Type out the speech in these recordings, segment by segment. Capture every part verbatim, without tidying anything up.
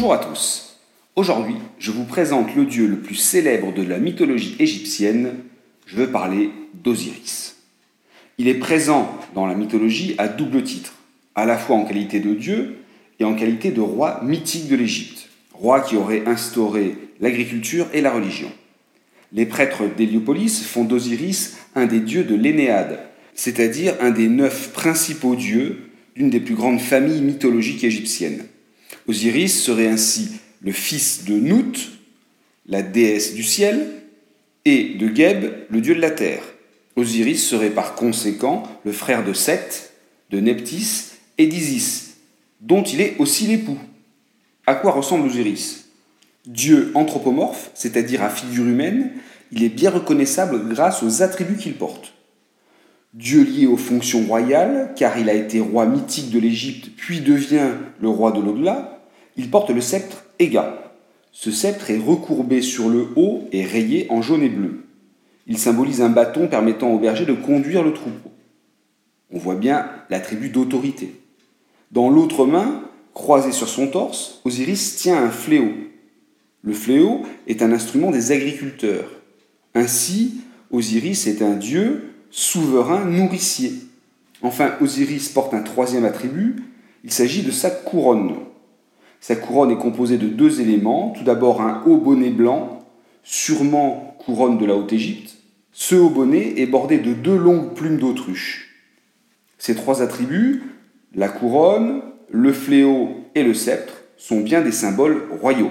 Bonjour à tous. Aujourd'hui, je vous présente le dieu le plus célèbre de la mythologie égyptienne. Je veux parler d'Osiris. Il est présent dans la mythologie à double titre, à la fois en qualité de dieu et en qualité de roi mythique de l'Égypte, roi qui aurait instauré l'agriculture et la religion. Les prêtres d'Héliopolis font d'Osiris un des dieux de l'Énéade, c'est-à-dire un des neuf principaux dieux d'une des plus grandes familles mythologiques égyptiennes. Osiris serait ainsi le fils de Nout, la déesse du ciel, et de Geb, le dieu de la terre. Osiris serait par conséquent le frère de Seth, de Nephthys et d'Isis, dont il est aussi l'époux. À quoi ressemble Osiris ? Dieu anthropomorphe, c'est-à-dire à figure humaine, il est bien reconnaissable grâce aux attributs qu'il porte. Dieu lié aux fonctions royales, car il a été roi mythique de l'Égypte puis devient le roi de l'au-delà, il porte le sceptre Ega. Ce sceptre est recourbé sur le haut et rayé en jaune et bleu. Il symbolise un bâton permettant au berger de conduire le troupeau. On voit bien l'attribut d'autorité. Dans l'autre main, croisée sur son torse, Osiris tient un fléau. Le fléau est un instrument des agriculteurs. Ainsi, Osiris est un dieu souverain nourricier. Enfin, Osiris porte un troisième attribut, il s'agit de sa couronne. Sa couronne est composée de deux éléments, tout d'abord un haut bonnet blanc, sûrement couronne de la Haute-Égypte. Ce haut bonnet est bordé de deux longues plumes d'autruche. Ces trois attributs, la couronne, le fléau et le sceptre, sont bien des symboles royaux.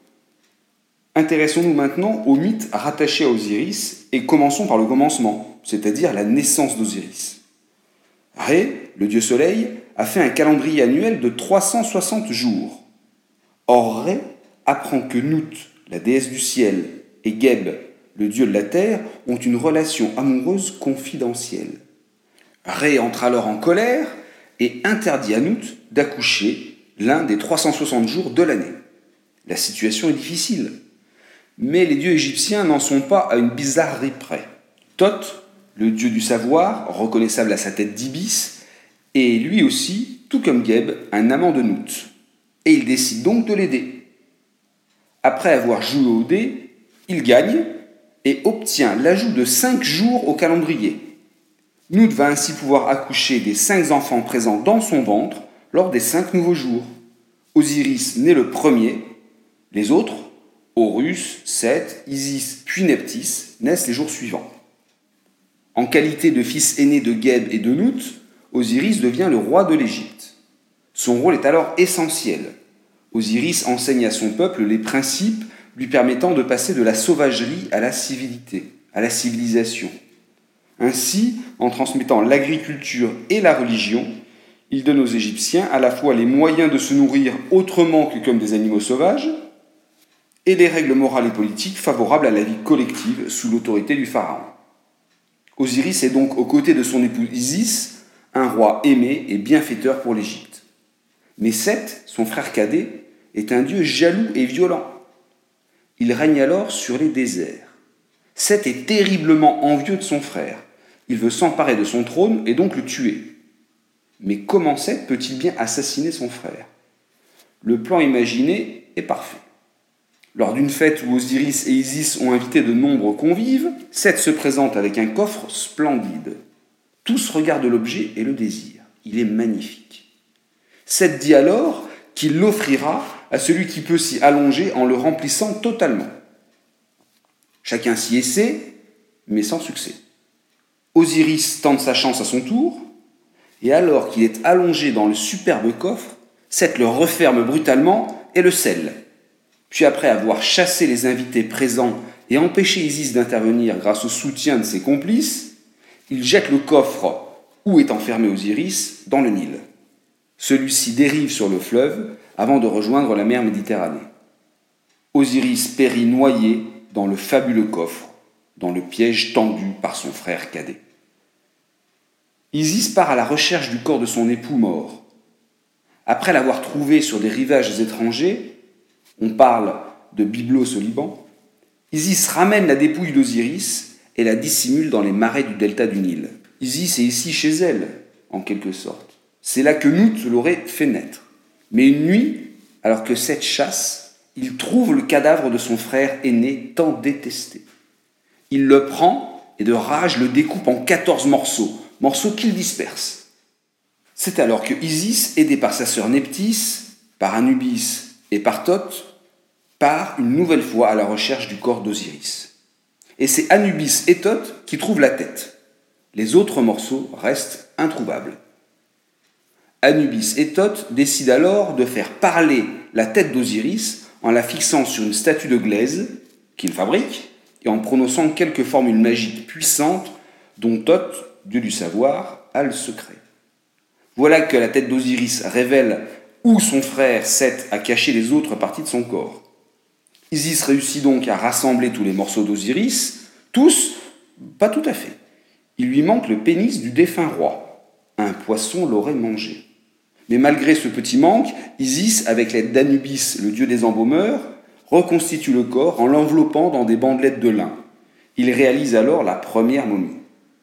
Intéressons-nous maintenant au mythe rattaché à Osiris et commençons par le commencement, c'est-à-dire la naissance d'Osiris. Ré, le dieu soleil, a fait un calendrier annuel de trois cent soixante jours. Or Ré apprend que Nout, la déesse du ciel, et Geb, le dieu de la terre, ont une relation amoureuse confidentielle. Ré entre alors en colère et interdit à Nout d'accoucher l'un des trois cent soixante jours de l'année. La situation est difficile. Mais les dieux égyptiens n'en sont pas à une bizarrerie près. Thoth, le dieu du savoir, reconnaissable à sa tête d'ibis, est lui aussi, tout comme Geb, un amant de Nout. Et il décide donc de l'aider. Après avoir joué au dé, il gagne et obtient l'ajout de cinq jours au calendrier. Nout va ainsi pouvoir accoucher des cinq enfants présents dans son ventre lors des cinq nouveaux jours. Osiris naît le premier, les autres, Horus, Seth, Isis puis Nephthys, naissent les jours suivants. En qualité de fils aîné de Geb et de Nout, Osiris devient le roi de l'Égypte. Son rôle est alors essentiel. Osiris enseigne à son peuple les principes lui permettant de passer de la sauvagerie à la civilité, à la civilisation. Ainsi, en transmettant l'agriculture et la religion, il donne aux Égyptiens à la fois les moyens de se nourrir autrement que comme des animaux sauvages, et les règles morales et politiques favorables à la vie collective sous l'autorité du pharaon. Osiris est donc aux côtés de son épouse Isis, un roi aimé et bienfaiteur pour l'Égypte. Mais Seth, son frère cadet, est un dieu jaloux et violent. Il règne alors sur les déserts. Seth est terriblement envieux de son frère. Il veut s'emparer de son trône et donc le tuer. Mais comment Seth peut-il bien assassiner son frère ? Le plan imaginé est parfait. Lors d'une fête où Osiris et Isis ont invité de nombreux convives, Seth se présente avec un coffre splendide. Tous regardent l'objet et le désirent. Il est magnifique. Seth dit alors qu'il l'offrira à celui qui peut s'y allonger en le remplissant totalement. Chacun s'y essaie, mais sans succès. Osiris tente sa chance à son tour, et alors qu'il est allongé dans le superbe coffre, Seth le referme brutalement et le scelle. Puis après avoir chassé les invités présents et empêché Isis d'intervenir grâce au soutien de ses complices, il jette le coffre où est enfermé Osiris dans le Nil. Celui-ci dérive sur le fleuve avant de rejoindre la mer Méditerranée. Osiris périt noyé dans le fabuleux coffre, dans le piège tendu par son frère cadet. Isis part à la recherche du corps de son époux mort. Après l'avoir trouvé sur des rivages étrangers, on parle de Byblos au Liban, Isis ramène la dépouille d'Osiris et la dissimule dans les marais du delta du Nil. Isis est ici chez elle, en quelque sorte. C'est là que Nout l'aurait fait naître. Mais une nuit, alors que Seth chasse, il trouve le cadavre de son frère aîné tant détesté. Il le prend et de rage le découpe en quatorze morceaux, morceaux qu'il disperse. C'est alors que Isis, aidée par sa sœur Nephthys, par Anubis et par Thoth, part une nouvelle fois à la recherche du corps d'Osiris. Et c'est Anubis et Thoth qui trouvent la tête. Les autres morceaux restent introuvables. Anubis et Thoth décident alors de faire parler la tête d'Osiris en la fixant sur une statue de glaise qu'ils fabriquent et en prononçant quelques formules magiques puissantes dont Thoth, Dieu du savoir, a le secret. Voilà que la tête d'Osiris révèle où son frère Seth a caché les autres parties de son corps. Isis réussit donc à rassembler tous les morceaux d'Osiris, tous, pas tout à fait. Il lui manque le pénis du défunt roi. Un poisson l'aurait mangé. Mais malgré ce petit manque, Isis, avec l'aide d'Anubis, le dieu des embaumeurs, reconstitue le corps en l'enveloppant dans des bandelettes de lin. Il réalise alors la première momie.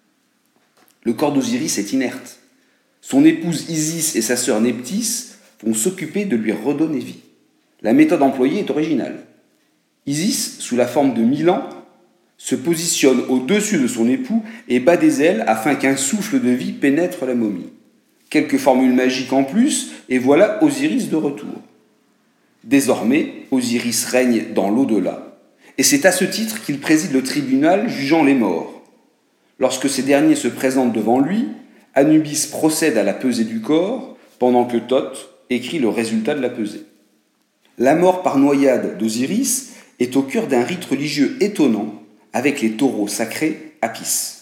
Le corps d'Osiris est inerte. Son épouse Isis et sa sœur Nephthys vont s'occuper de lui redonner vie. La méthode employée est originale. Isis, sous la forme de Milan, se positionne au-dessus de son époux et bat des ailes afin qu'un souffle de vie pénètre la momie. Quelques formules magiques en plus, et voilà Osiris de retour. Désormais, Osiris règne dans l'au-delà, et c'est à ce titre qu'il préside le tribunal jugeant les morts. Lorsque ces derniers se présentent devant lui, Anubis procède à la pesée du corps, pendant que Thoth écrit le résultat de la pesée. La mort par noyade d'Osiris est au cœur d'un rite religieux étonnant, avec les taureaux sacrés Apis.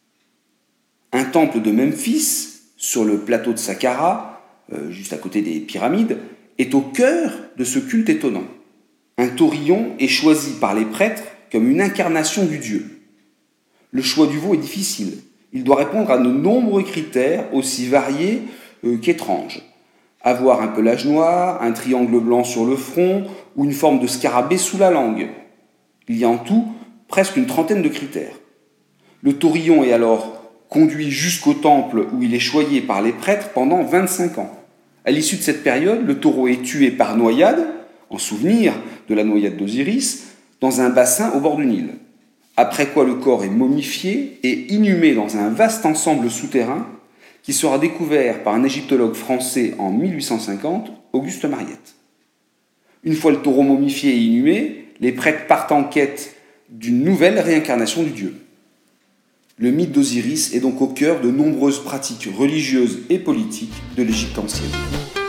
Un temple de Memphis, sur le plateau de Saqqara, euh, juste à côté des pyramides, est au cœur de ce culte étonnant. Un taurillon est choisi par les prêtres comme une incarnation du dieu. Le choix du veau est difficile. Il doit répondre à de nombreux critères aussi variés euh, qu'étranges. Avoir un pelage noir, un triangle blanc sur le front ou une forme de scarabée sous la langue. Il y a en tout presque une trentaine de critères. Le taurillon est alors conduit jusqu'au temple où il est choyé par les prêtres pendant vingt-cinq ans. À l'issue de cette période, le taureau est tué par noyade, en souvenir de la noyade d'Osiris, dans un bassin au bord du Nil. Après quoi le corps est momifié et inhumé dans un vaste ensemble souterrain qui sera découvert par un égyptologue français en mille huit cent cinquante, Auguste Mariette. Une fois le taureau momifié et inhumé, les prêtres partent en quête d'une nouvelle réincarnation du dieu. Le mythe d'Osiris est donc au cœur de nombreuses pratiques religieuses et politiques de l'Égypte ancienne.